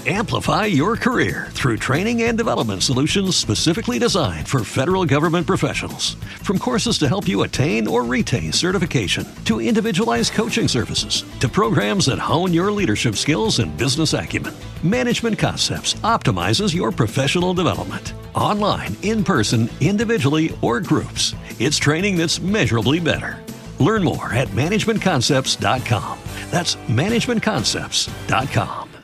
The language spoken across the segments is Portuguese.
Amplify your career through training and development solutions specifically designed for federal government professionals. From courses to help you attain or retain certification, to individualized coaching services, to programs that hone your leadership skills and business acumen, Management Concepts optimizes your professional development. Online, in person, individually, or groups, it's training that's measurably better. Learn more at managementconcepts.com. That's managementconcepts.com.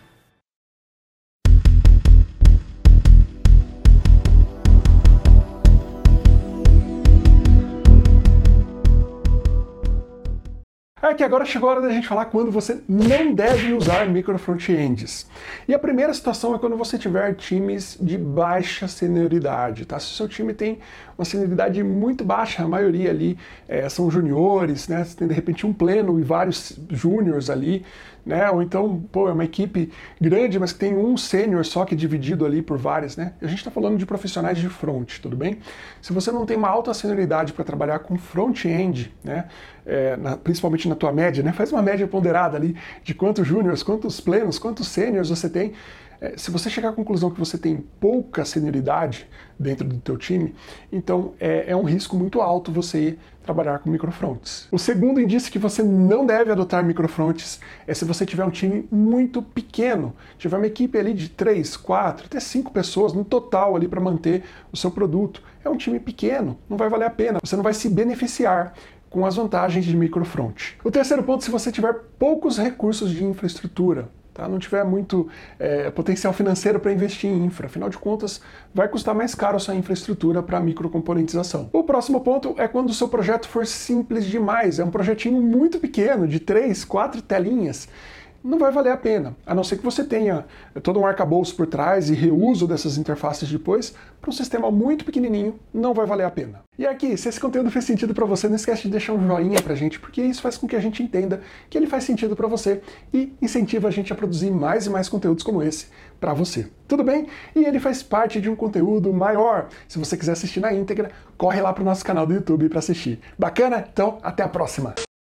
Aqui agora chegou a hora da gente falar quando você não deve usar micro front-ends. E a primeira situação é quando você tiver times de baixa senioridade, tá? Se o seu time tem uma senioridade muito baixa, a maioria ali são juniores, né? Você tem de repente um pleno e vários júniors ali, né? Ou então, é uma equipe grande, mas que tem um sênior só que é dividido ali por vários, né? A gente está falando de profissionais de front, tudo bem? Se você não tem uma alta senioridade para trabalhar com front-end, né? Principalmente na tua média, né? Faz uma média ponderada ali de quantos júniors, quantos plenos, quantos sêniors você tem. Se você chegar à conclusão que você tem pouca senioridade dentro do teu time, então é um risco muito alto você trabalhar com microfronts. O segundo indício que você não deve adotar microfronts é se você tiver um time muito pequeno, tiver uma equipe ali de 3, 4, até 5 pessoas no total ali para manter o seu produto. É um time pequeno, não vai valer a pena, você não vai se beneficiar com as vantagens de microfront. O terceiro ponto, se você tiver poucos recursos de infraestrutura, tá? Não tiver muito potencial financeiro para investir em infra, afinal de contas, vai custar mais caro a sua infraestrutura para microcomponentização. O próximo ponto é quando o seu projeto for simples demais, é um projetinho muito pequeno, de 3, 4 telinhas, não vai valer a pena, a não ser que você tenha todo um arcabouço por trás e reuso dessas interfaces depois. Para um sistema muito pequenininho, não vai valer a pena. E aqui, se esse conteúdo fez sentido para você, não esquece de deixar um joinha pra gente, porque isso faz com que a gente entenda que ele faz sentido para você e incentiva a gente a produzir mais e mais conteúdos como esse para você. Tudo bem? E ele faz parte de um conteúdo maior. Se você quiser assistir na íntegra, corre lá pro nosso canal do YouTube para assistir. Bacana? Então, até a próxima!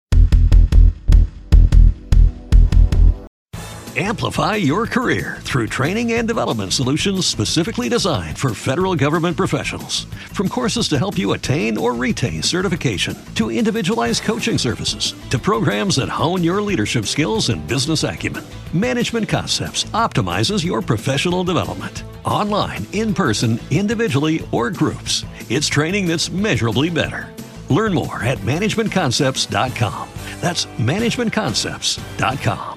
Amplify your career through training and development solutions specifically designed for federal government professionals. From courses to help you attain or retain certification, to individualized coaching services, to programs that hone your leadership skills and business acumen, Management Concepts optimizes your professional development. Online, in person, individually, or groups, it's training that's measurably better. Learn more at managementconcepts.com. That's managementconcepts.com.